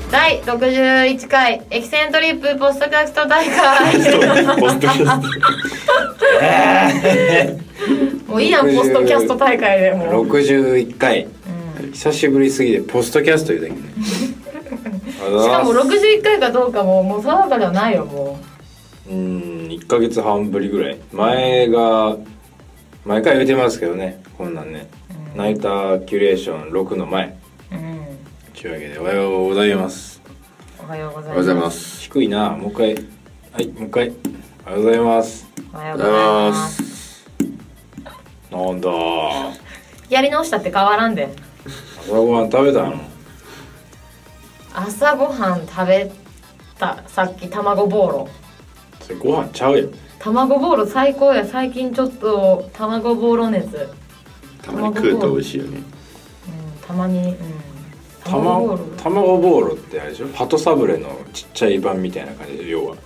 第61回エキセントリップポストキャスト大会ポストキャスもういいやんポストキャスト大会でもう 61回、久しぶりすぎてポストキャスト言うだけねしかも61回かどうかももう定かではないよもう 1ヶ月半ぶりぐらい毎回言うてますけどねこんなんね、ナイターキュレーション6の前というわけでおはようございます。 おはようございます。 おはようございます。 低いな。もう一回はいもう一回おはようございます。 おはようございます。 なんだやり直したって変わらんで。 朝ごはん食べたの？ 朝ごはん食べた。さっき卵ボーロ。 それご飯ちゃうよ。 卵ボーロ最高や。最近ちょっと卵ボーロ熱たまに食うと美味しいよね。 たまに卵ボーロってあれでしょ、鳩サブレのちっちゃい版みたいな感じで、要は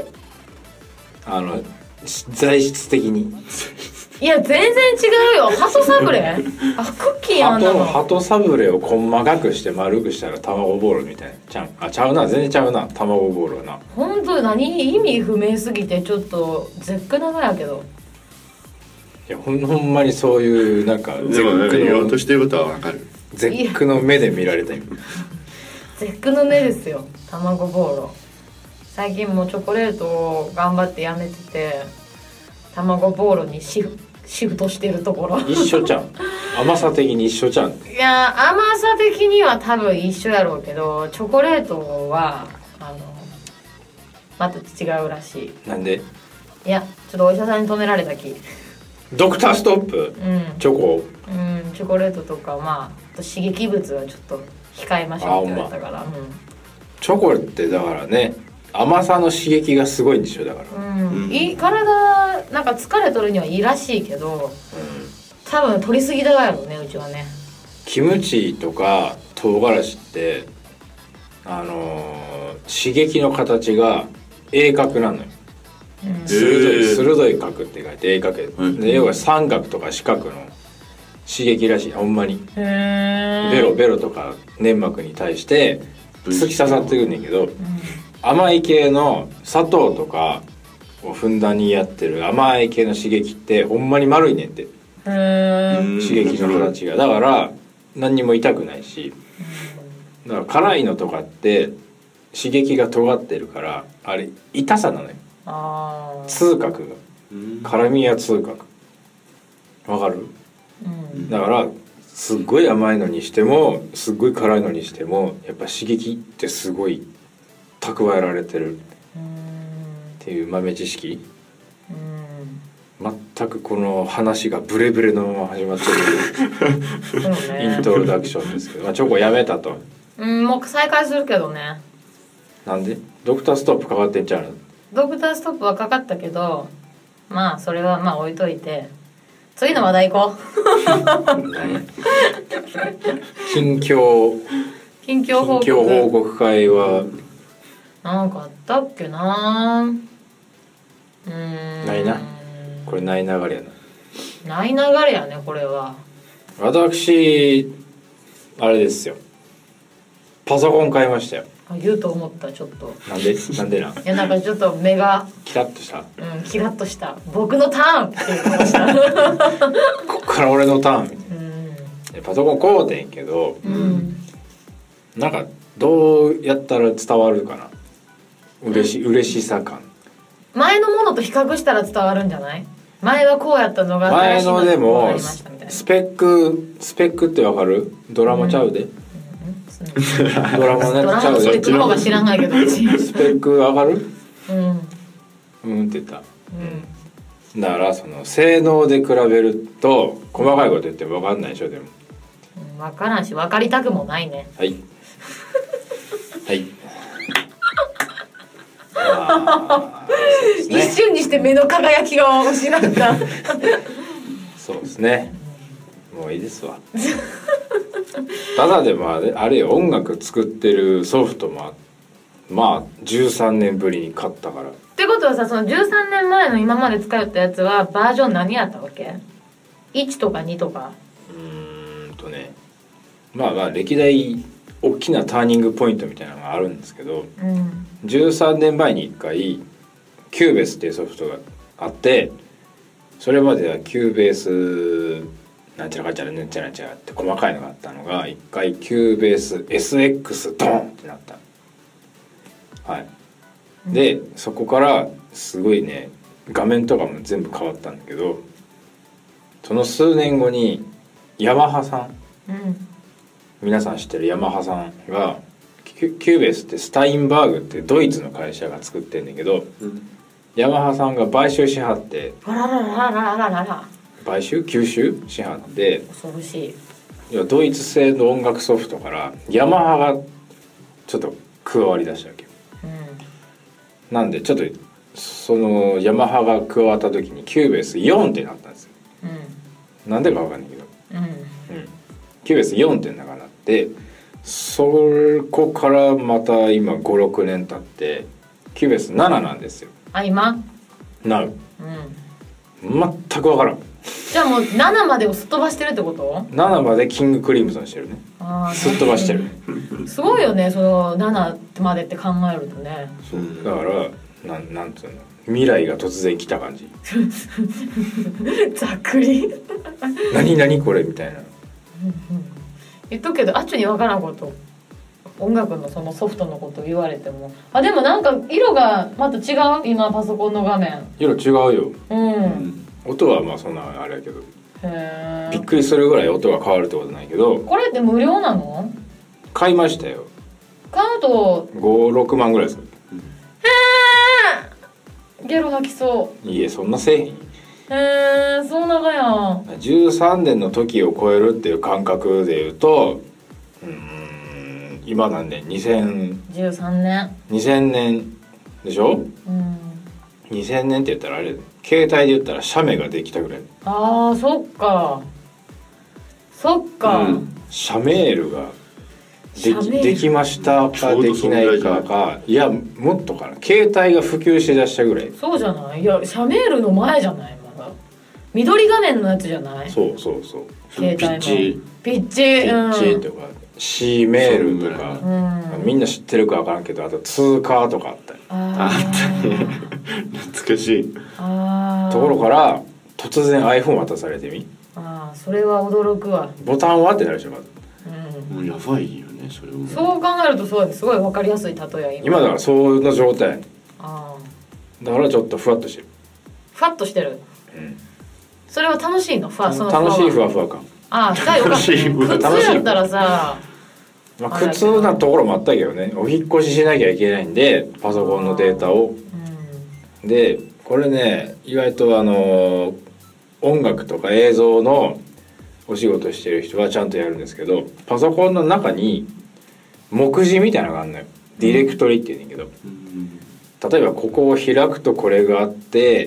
材質的にいや全然違うよ。鳩サブレあクッキーやんなの。 鳩サブレを細かくして丸くしたら卵ボーロみたいなちゃうな。全然ちゃうな。卵ボーロはなほんと何意味不明すぎてちょっと絶句長やけど。 いやほんまにそういうなんかでもなんか言おうとしてることはわかる。 絶句の目で見られた今絶句の目ですよ卵ボーロ。最近もうチョコレートを頑張ってやめてて卵ボーロにシフトしてるところ一緒ちゃん甘さ的に一緒ちゃん。 いや甘さ的には多分一緒やろうけどチョコレートはまた違うらしい。 なんで？ いやちょっとお医者さんに止められたき。 ドクターストップ、チョコ、 チョコレートとかまあ刺激物はちょっと控えましょうって言われたから、 チョコってだからね甘さの刺激がすごいんでしょ。だから、 体なんか疲れとるにはいいらしいけど、多分取りすぎだやろうねうちはね。 キムチとか唐辛子って刺激の形が鋭角なのよ。鋭い角って書いて鋭角で、要は三角とか四角の刺激らしい。ほんまにベロとか粘膜に対して突き刺さってくんねんけど、甘い系の砂糖とかをふんだんにやってる甘い系の刺激ってほんまに丸いねんって。刺激の形がだから何にも痛くないし、だから辛いのとかって刺激が尖ってるからあれ痛さなのよ。痛覚が辛みや痛覚わかる？だからすっごい甘いのにしてもすっごい辛いのにしてもやっぱ刺激ってすごい蓄えられてるっていう豆知識。全くこの話がブレブレのまま始まってるイントロダクションですけど、チョコやめたと。 もう再開するけどね。なんで？ドクターストップかかってんちゃうの？ ドクターストップはかかったけどまあそれはまあ置いといて次の話題行こう近況報告会はなんかあったっけな。 ないな。これない流れやな。 ない流れやねこれは。 私あれですよ、パソコン買いましたよ。 言うと思ったちょっと。 なんでいやなんかちょっと目がキラッとした。 キラッとした。僕のターンって言ってましたこっから俺のターンみたいな。パソコン買うてんけど、なんかどうやったら伝わるかな。嬉しさ感。 前のものと比較したら伝わるんじゃない？前はこうやったのが新しいの前のでもありましたみたいな。 スペックってわかる？ドラマちゃうで。ドラマのやつちゃうで。 それの方が知らないけど。 スペックわかる？って言った。だからその性能で比べると細かいこと言っても分かんないでしょ。でも分からんし分かりたくもないね。 はいはい一瞬にして目の輝きが失ったそうですね。もういいですわただでもあれよ、音楽作ってるソフトもまあ13年ぶりに買ったから。 ってことはさ、その13年前の今まで使ったやつはバージョン何やったわけ？ 1 とか2とか。 まあ歴代大きなターニングポイントみたいなのがあるんですけど、 うん、 13年前に1回キューベースっていうソフトがあって、それまではキューベースなんちゃらかんちゃらなんちゃらなんちゃらって細かいのがあったのが、1回キューベース SX ドンってなった。はい。でそこからすごいね、画面とかも全部変わったんだけど、その数年後にヤマハさん、皆さん知ってるヤマハさんがキューベースってスタインバーグってドイツの会社が作ってんだけど、ヤマハさんが買収しはって、買収吸収しはって、 恐ろしい。 いやドイツ製の音楽ソフトからヤマハがちょっと加わりだしたわけよ。なんでちょっとそのヤマハが加わった時にキューベース4ってなったんですよ。なんでかわかんないけど、キューベース4ってなって、そこからまた今 5,6 年経ってキューベース7なんですよ。 あ、今なる、全くわからん。 じゃあもう7までをすっ飛ばしてるってこと？ 7までキングクリームゾンしてるね。すっ飛ばしてる。 すごいよね、その7までって考えるとね。 そうだからなんつうの、未来が突然来た感じ。 ざっくり何これみたいな。 言っとくけど、あっちゅうに分からんこと、音楽のそのソフトのこと言われても、あ、でもなんか色がまた違う。今パソコンの画面色違うよ。音はまあそんなあれやけど、 へー、 びっくりするぐらい音が変わるってことないけど。 これって無料なの？ 買いましたよ。 買うと 5,6 万ぐらいする。 ゲロ吐きそう。 いえ、そんなせえへん。 そう長やん。 13年の時を超えるっていう感覚でいうと、今なんで 13年 2000年でしょ。2000年って言ったらあれ、携帯で言ったら写メができたぐらい。 あー、そっか写メールができましたかできないかか、いやもっとかな、携帯が普及しだしたぐらい。 そうじゃない？いや、写メールの前じゃない？まだ緑画面のやつじゃない？ そう携帯のピッチとか C メールとか、みんな知ってるか分からんけど、あと通貨とかあったり。 あったね。懐かしい。 ところから突然 iPhone 渡されてみ。 それは驚くわ。 ボタンはってなるでしょ、まず。 もうやばいよね、それも。 そう考えるとそうです。すごい分かりやすい例えや今だからそんな状態。だからちょっとふわっとしてる。 ふわっとしてる。それは楽しいの？楽しいふわふわ感。 じゃあよかった。普通やったらさ、 苦痛なところもあったけどね。お引っ越ししなきゃいけないんで、パソコンのデータを。でこれね、意外と音楽とか映像のお仕事してる人はちゃんとやるんですけど、パソコンの中に目次みたいなのがあるのよ。ディレクトリって言うんだけど、例えばここを開くとこれがあって、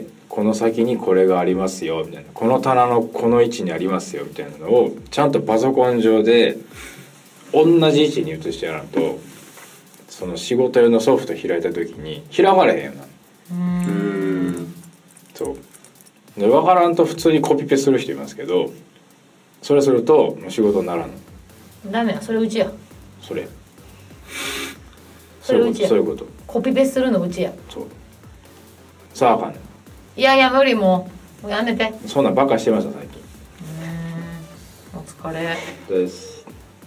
この先にこれがありますよみたいな、この棚のこの位置にありますよみたいなのをちゃんとパソコン上で同じ位置に移してやらんと、その仕事用のソフト開いた時に開かれへんよな。そうで、分からんと普通にコピペする人いますけど、それするともう仕事にならんの。 ダメや、それうちや。 それうちや。 そういうこと。 コピペするのうちや。 そうさあ、あかんねん。 いや無理、もうやめて。 そんなんばっかしてました最近。 お疲れです。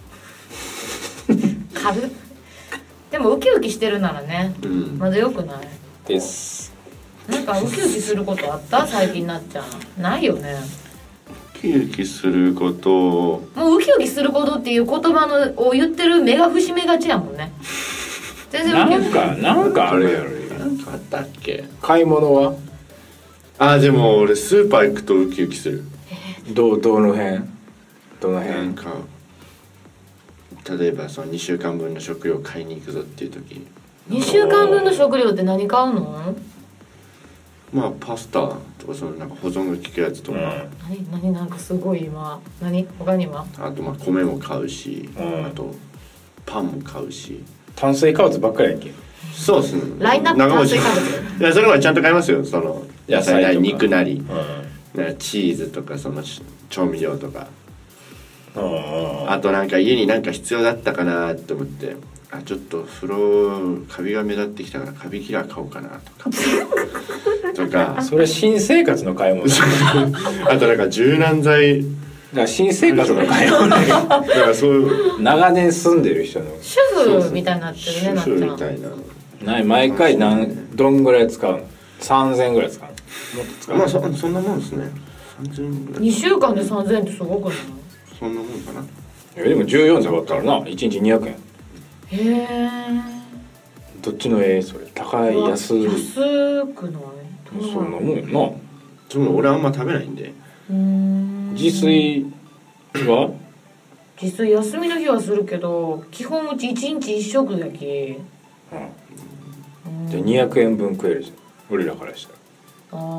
軽でもウキウキしてるならね、まだよくないです。 なんかウキウキすることあった最近？なっちゃんないよね。 ウキウキすること、 もうウキウキすることっていう言葉を言ってる目が節目がちやもんね。全然ウキウキなんかあるやろ。 なんかあったっけ？ 買い物は？ でも俺スーパー行くとウキウキする。 どの辺？ なんか例えばその2週間分の食料買いに行くぞっていう時。 2週間分の食料って何買うの？ まあパスタとか、そのなんか保存が効くやつとか、 何なんかすごい今他には？ あとまあ米も買うし、あとパンも買うし。 炭水化物ばっかりやんけ。 そうっすね。 ラインナップ炭水化物。 いや、それはちゃんと買いますよ。その野菜なり肉なり、 チチーズとかその調味料とか。 あとなんか家になんか必要だったかなって思って、ちょっと風呂カビが目立ってきたからカビキラー買おうかなとかそれ新生活の買い物だあとなんか柔軟剤だから新生活の買い物だからそういう長年住んでる人の主婦みたいになってるね。なっちゃん主婦みたいな毎回どんぐらい使うの？3000円ぐらい使うの？もっと使うの？ まあそんなもんですね。3000円ぐらい。 2週間で3000円ってすごくない？ そんなもんかな。 でも14歳だったらな1日200円。 へえ。 どっちのそれ高い安くない？ そんなもんよな。 その俺あんま食べないんで。 自炊は？ 自炊休みの日はするけど基本うち1日1食だけ。 じゃあ200円分食えるじゃん俺らからしたら。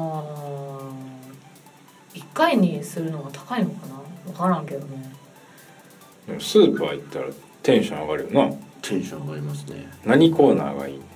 1回にするのが高いのかな分からんけどね。 でもスーパー行ったらテンション上がるよな。 テンション上がりますね。 何コーナーがいい？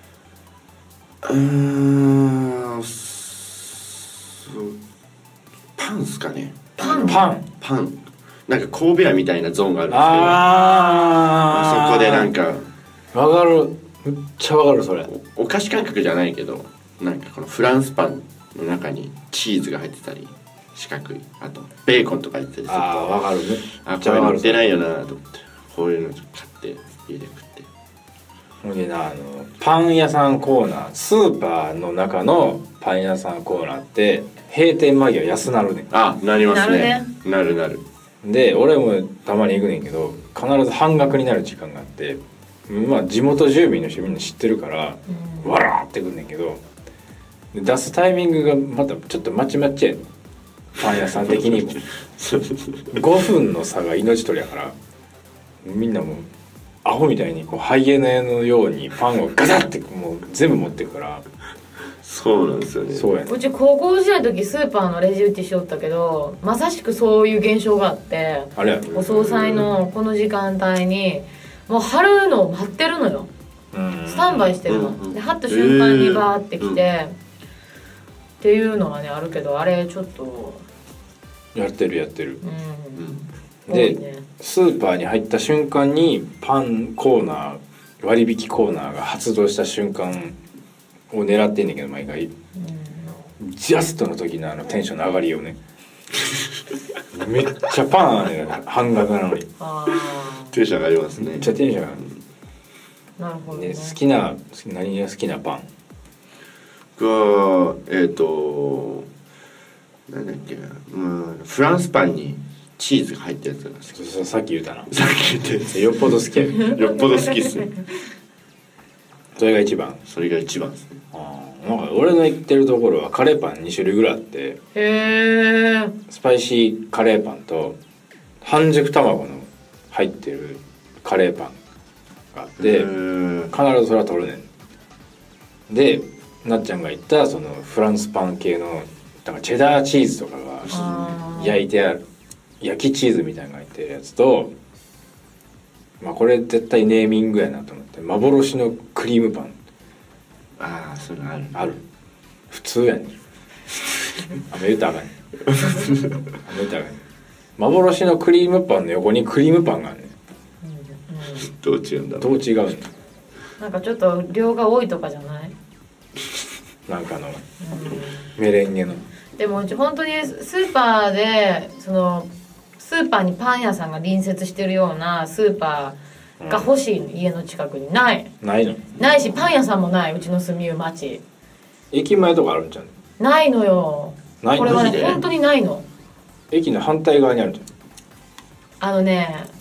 パンっすかね。 パンなんか神戸屋みたいなゾーンがあるんですけど、そこでなんかわかる、めっちゃわかるそれ。 お菓子感覚じゃないけど、なんかこのフランスパンの中にチーズが入ってたり、四角い、あとベーコンとか入ってたりすると、 わかるね。 これ乗ってないよなと思って、こういうの買って家で食って。 ほんでな、パン屋さんコーナー、スーパーの中のパン屋さんコーナーって閉店間際安なるね。 なりますね。なる。 で俺もたまに行くねんけど必ず半額になる時間があって、まあ地元住民の人みんな知ってるから、わらーってくんねんけど、出すタイミングがまたちょっとまちまちやねん。パン屋さん的にも5分の差が命取りやから、みんなもうアホみたいにこうハイエナのようにパンをガサッてもう全部持ってくから。 そうなんですよね。 そうやね。 うち高校時代の時スーパーのレジ打ちしよったけど、まさしくそういう現象があって、 あれお惣菜のこの時間帯にもう貼るのを待ってるのよ。スタンバイしてるの。で貼った瞬間にバーってきて、っていうのがねあるけど、あれちょっとやってる。で、ね、スーパーに入った瞬間にパンコーナー割引コーナーが発動した瞬間を狙ってんねんけど、毎回ジャストの時のテンションの上がりよねめっちゃパンあるね、半額なのに。 テンション上がりますね。 めっちゃテンション上がる。 なるほどね。 何が好きなパンがなんだっけな、フランスパンにチーズが入ったやつが好き。 さっき言ったな。 さっき言ったやつよっぽど好きやよっぽど好きっすねそれが一番ですね。 なんか俺の行ってるところはカレーパン2種類ぐらいあって、スパイシーカレーパンと半熟卵の入ってるカレーパンがあって、必ずそれは取るねん。でなっちゃんが言ったそのフランスパン系のだからチェダーチーズとかが焼いてある焼きチーズみたいなのが入ってるやつと、これ絶対ネーミングやなと思って幻のクリームパン。 それある。普通やねんあんま言うたらあかんねん幻のクリームパンの横にクリームパンがあるねん。 どう違うんだろう。 どう違うねん。 なんかちょっと量が多いとかじゃない？ なんかのメレンゲの。 でもうち本当にスーパーでスーパーにパン屋さんが隣接してるようなスーパーが欲しい、家の近くにないし、パン屋さんもない。うちの住みゆ町駅前とかあるんじゃん。 ないのよ。これはね本当にないの。 駅の反対側にあるじゃん。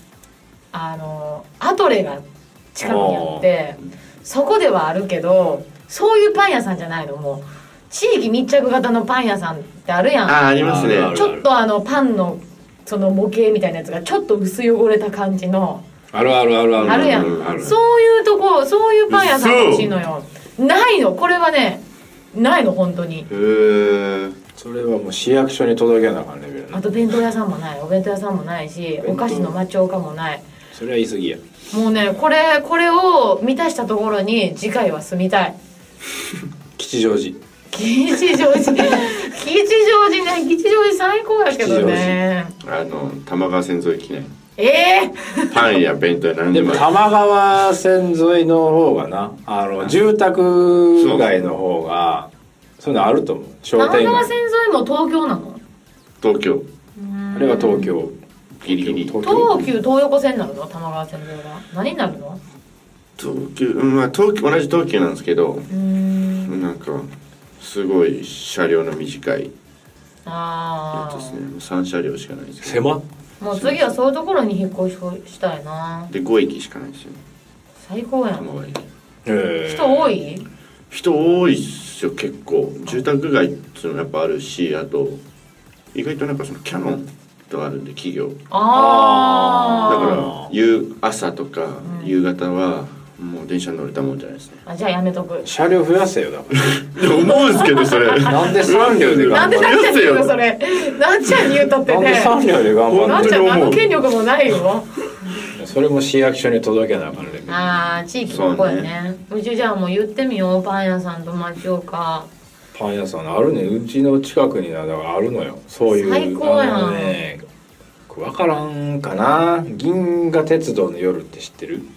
アトレが近くにあって、そこではあるけどそういうパン屋さんじゃないの。もう地域密着型のパン屋さんってあるやん。 ありますね。 ちょっとパンのその模型みたいなやつがちょっと薄汚れた感じのあるやん。 そういうとこ、そういうパン屋さんが欲しいのよ。ないの。これはねないの本当に。 それはもう市役所に届けなあかんレベル。 あと弁当屋さんもない。お弁当屋さんもないし、お菓子の町岡もない。 それは言い過ぎや。 もうねこれを満たしたところに次回は住みたい吉祥寺吉祥寺ね、吉祥寺最高やけどね。 玉川線沿い来ね。 パンや弁当や何でも玉川線沿いの方がな、住宅街の方がそういうのあると思う。商店街。 玉川線沿いも東京なの？ 東京。 あれは東京。 ギリギリ。 東急東横線になるの？玉川線沿いは何になるの？ 東急、まあ同じ東急なんですけど、なんかすごい車両の短いやつですね。3車両しかないです。 狭っ。 もう次はそういうところに引っ越ししたいな。 で5駅しかないですよ。 最高やん。 玉川駅。 人多い？ 人多いっすよ結構。住宅街っていうのもやっぱあるし、あと意外となんかそのキャノンとあるんで企業。だから朝とか夕方はもう電車に乗れたもんじゃないですね。 じゃあやめとく。 車両増やせよだから。 思うんですけどそれ。 なんで3両で頑張る。なんでなっちゃんに言うのそれ。なっちゃんに言うたってね。 なんで3両で頑張る。 なっちゃん何の権力もないよ。 それも市役所に届けなあかんね。 地域の声ね。うちじゃあもう言ってみよう。パン屋さんと町岡。 パン屋さんあるね。うちの近くにだからあるのよ。そういう最高やん。 分からんかな。銀河鉄道の夜って知ってる？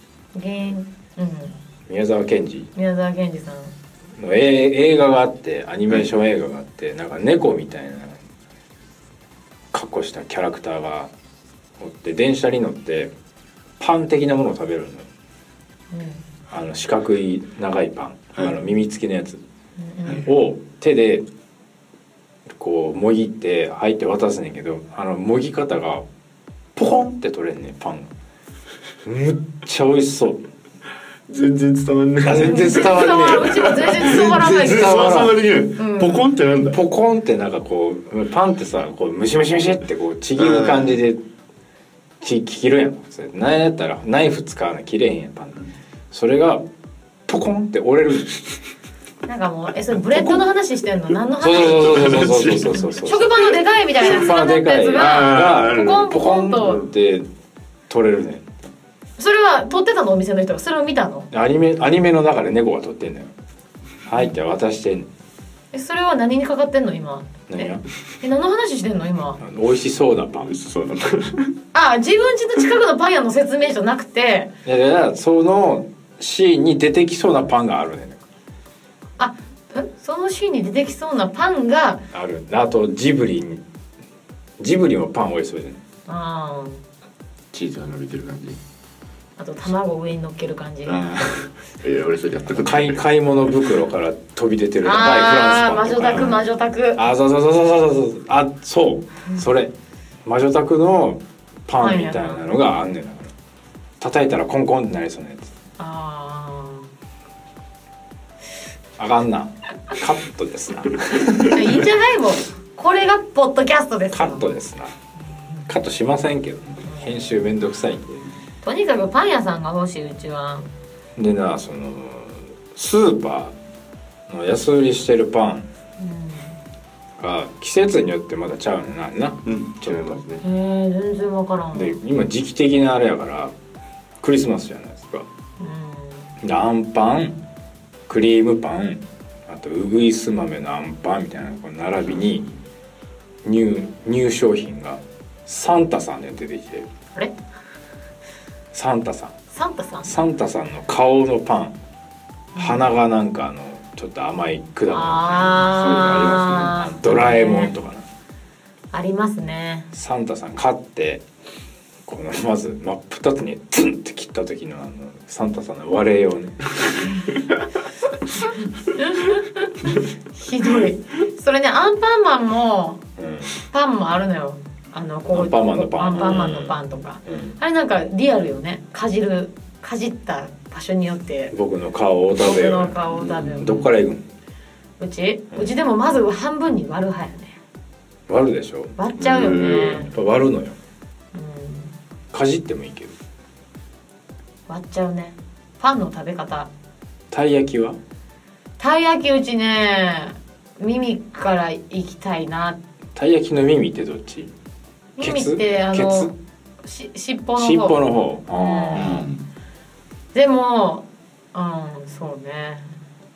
宮沢賢治さんの映画があって、アニメーション映画があって、なんか猫みたいな格好したキャラクターがおって、電車に乗ってパン的なものを食べるの、四角い長いパン、耳付きのやつを手でこうもぎって入って渡すねんけど、もぎ方がポコンって取れんねん。パンがむっちゃ美味しそう。 全然伝わんない。 全然伝わんねえ。うちも全然伝わらない。 伝わらない。ポコンってなんだ。 ポコンってなんかこうパンってさ、こうムシムシムシってこうちぎる感じで切るやん。なんやったらナイフ使わな切れへんやんパン。それがポコンって折れる。 なんかもうそれブレッドの話してんの？何の話？ そう食パンのでかいみたいなパンのでかいがポコンとって取れるね。 それは撮ってたの？お店の人がそれを見たの？ アニメの中で猫が撮ってんのよ。はいって渡してんの。 それは何にかかってんの今？何の話してんの今？ 美味しそうなパン。 自分家の近くのパン屋の説明じゃなくて、 いやそのシーンに出てきそうなパンがあるね。 そのシーンに出てきそうなパンがある。あとジブリもパン美味しそうじゃない？ チーズが伸びてる感じ。 あと卵上に乗っける感じ。 俺それやったこと買い物袋から飛び出てる長いフランスパンとか。 魔女宅。 そうそれ魔女宅のパンみたいなのがあんねん。だから叩いたらコンコンってなりそうなやつ。あかんな。カットですな。いいんじゃないもん。これがポッドキャストです。 カットですな。カットしませんけど、編集めんどくさいんで。 とにかくパン屋さんが欲しい。うちはでな、そのスーパーの安売りしてるパンが季節によってまだちゃうねんな。 ちょっとね。 全然わからん。 で今時期的なあれやからクリスマスじゃないですか。であんパン、クリームパン、あとうぐいす豆のあんパンみたいなこの並びに入商品がサンタさんで出てきて。 あれ？ サンタさんの顔のパン、鼻がなんかちょっと甘い果物みたいな、そういうのありますね。ドラえもんとかな。 ありますね。 サンタさん買ってこのまず真っ二つにツンって切った時のサンタさんの割れようね。 ひどい。それね、アンパンマンも、パンもあるのよ。アンパンマンのパンとか、あれなんかリアルよね。かじった場所によって僕の顔を食べよう。どっから行くん？ うちでもまず半分に割る派やね。 割るでしょ。 割っちゃうよね。 割るのよ。かじってもいいけど割っちゃうね。パンの食べ方。 たい焼きは？ たい焼きうちね、耳からいきたいな。 たい焼きの耳ってどっち？ 耳って尻尾の方。でもそうね。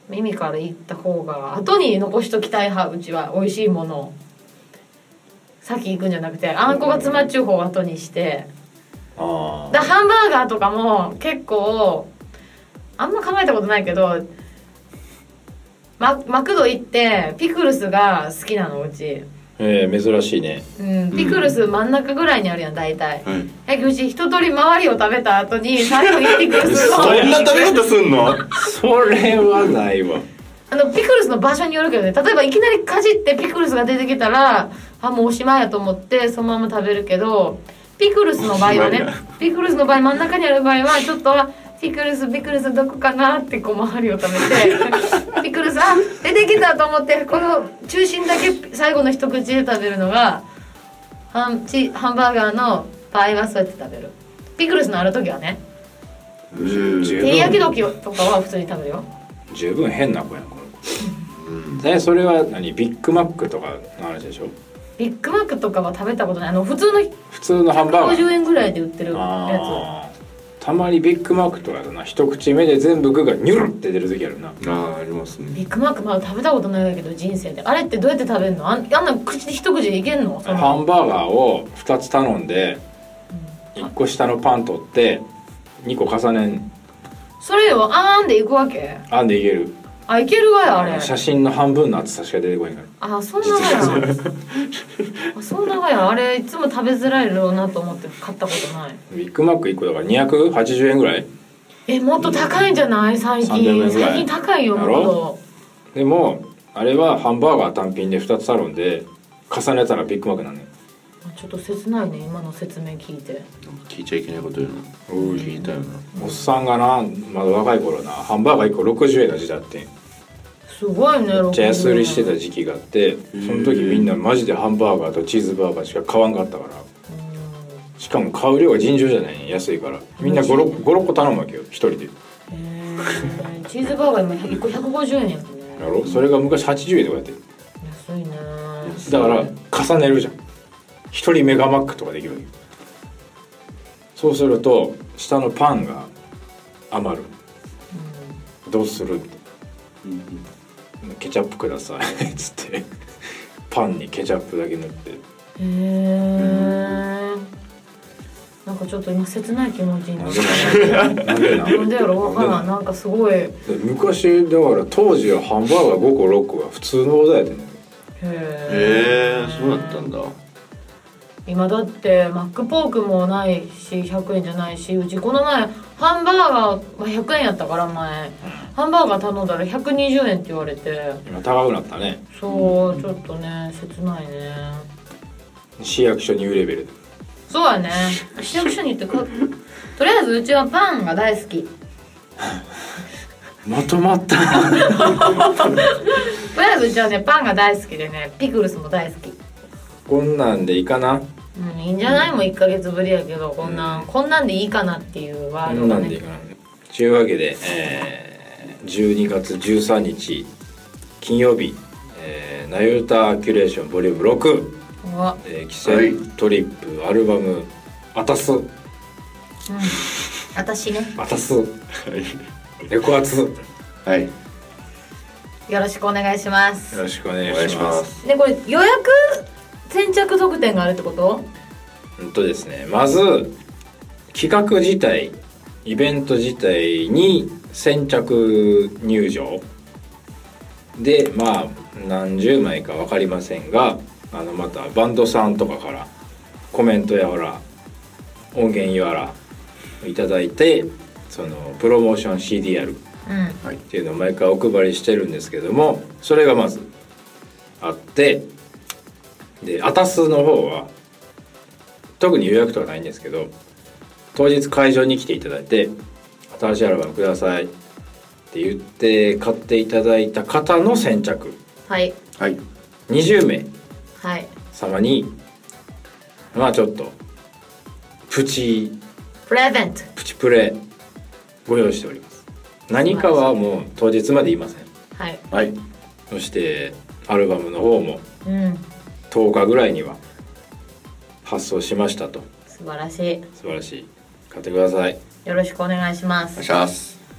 耳からいった方が後に残しときたい派。うちは美味しいものを先行くんじゃなくて、あんこが詰まっちゅう方を後にして。だハンバーガーとかも結構あんま考えたことないけど、マクド行ってピクルスが好きなのうち。 珍しいね。 ピクルス真ん中ぐらいにあるやん大体。うち一通り周りを食べた後に最後にピクルスのそんな食べ方すんの？ それはないわ。 ピクルスの場所によるけどね。例えばいきなりかじってピクルスが出てきたらもうおしまいやと思ってそのまま食べるけど、ピクルスの場合はね、ピクルスの場合真ん中にある場合はちょっとピクルスどこかなってこう周りを食べてピクルス出てきたと思ってこの中心だけ最後の一口で食べるのがハンバーガーの場合はそうやって食べる。ピクルスのある時はね。照り焼き時とかは普通に食べるよ。 十分変な子やんこの子。それは何？ビッグマックとかの話でしょ？ ビッグマックとかは食べたことない。普通のハンバーガー 150円ぐらいで売ってるやつ。 たまにビッグマックとかだな、一口目で全部具がニュルって出る時あるな。 ありますね。 ビッグマックまだ食べたことないけど人生で。あれってどうやって食べるの？あんな口で一口でいけんの？ ハンバーガーを2つ頼んで、1個下のパン取って2個重ねん。それをあんでいくわけ？ あんでいける。 いけるわよあれ。 写真の半分の厚さしか出てこないから。 そんながやそんながや。あれいつも食べづらいろうなと思って買ったことない。 ビッグマック1個だから280円ぐらい。 もっと高いんじゃない最近。最近高いよもっと。 でもあれはハンバーガー単品で2つ頼んで重ねたらビッグマックなんね。 ちょっと切ないね今の説明聞いて。 聞いちゃいけないこと言うの。聞いたよな。 おっさんがなまだ若い頃なハンバーガー1個60円の時代あってん。 すごいね。 めっちゃ安売りしてた時期があって、その時みんなマジでハンバーガーとチーズバーガーしか買わんかったから。しかも買う量が尋常じゃない安いからみんな 5,6 個頼むわけよ一人で。 チーズバーガー今1個150円やもんね。 やろ？それが昔80円とかやってる。 安いね。 だから重ねるじゃん。一人メガマックとかできるわけ。そうすると下のパンが余る。どうするって。ケチャップくださいっつってパンにケチャップだけ塗って。 なんかちょっと今切ない気持ちになる。なんでやろわからん。なんかすごい昔だから当時はハンバーガー5個6個が普通のオーダーやってんね。 そうだったんだ。 今だってマックポークもないし100円じゃないし、うちこの前ハンバーガーは100円やったから前ハンバーガー頼んだら120円って言われて。 今高くなったね。 そうちょっとね切ないね。 市役所に言うレベル。 そうやね。市役所に行ってとりあえずうちはパンが大好き。 まとまったとりあえずうちはねパンが大好きでね、ピクルスも大好き。 こんなんでいいかな。 いいんじゃない？もう1ヶ月ぶりやけどこんなんでいいかなっていうワードがね。こんなんでいいかな。 というわけで、12月13日金曜日、ナユータキュレーションボリューム6、キセルトリップアルバムアタス、 私ねアタスレコアツ、 はい、 よろしくお願いします。 よろしくお願いします。 でこれ予約先着特典があるってこと？ ですね、まず企画自体イベント自体に先着入場で何十枚か分かりませんがまたバンドさんとかからコメントや音源やらいただいてそのプロモーション CDR っていうのを毎回お配りしてるんですけども、それがまずあってでアタスの方は特に予約とかないんですけど当日会場に来ていただいて新しいアルバムくださいって言って買っていただいた方の先着、20名様にちょっとプチプレご用意しております。何かはもう当日まで言いません。そしてアルバムの方も10日ぐらいには発送しましたと。 素晴らしい。 買ってください。 よろしくお願いします。 お願いします。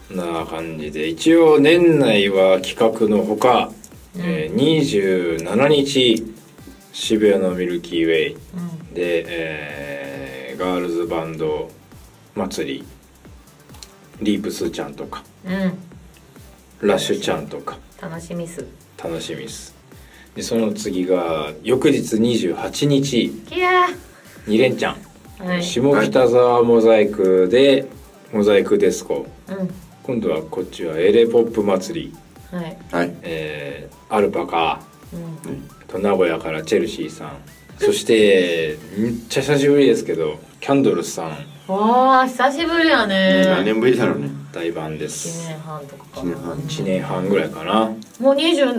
な感じで一応年内は企画のほか、27日渋谷のミルキーウェイで、ガールズバンド祭りリープスちゃんとか、ラッシュちゃんとか楽しみっす。 でその次が翌日28日2連チャン、はい、下北沢モザイクでモザイクディスコ、今度はこっちはエレポップ祭り、アルパカ、と名古屋からチェルシーさん、そしてめっちゃ久しぶりですけどキャンドルスさん。 わあ久しぶりやね。 何年ぶりだろうね。 大番です。 1年半とかか。 1年半ぐらいかな。 もう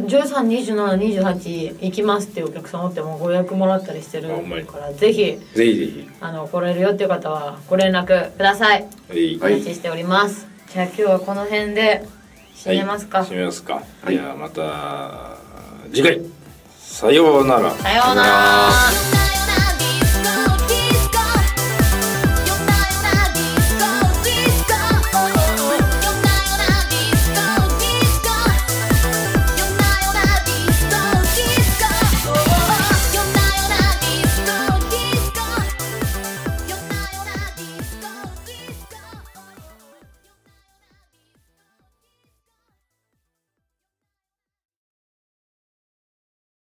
132728行きますっていうお客さんおってもご予約もらったりしてるからぜひ来れるよっていう方はご連絡ください。お待ちしております。じゃあ今日はこの辺で締めますか。 締めますか。じゃあまた次回さようなら。 さようなら。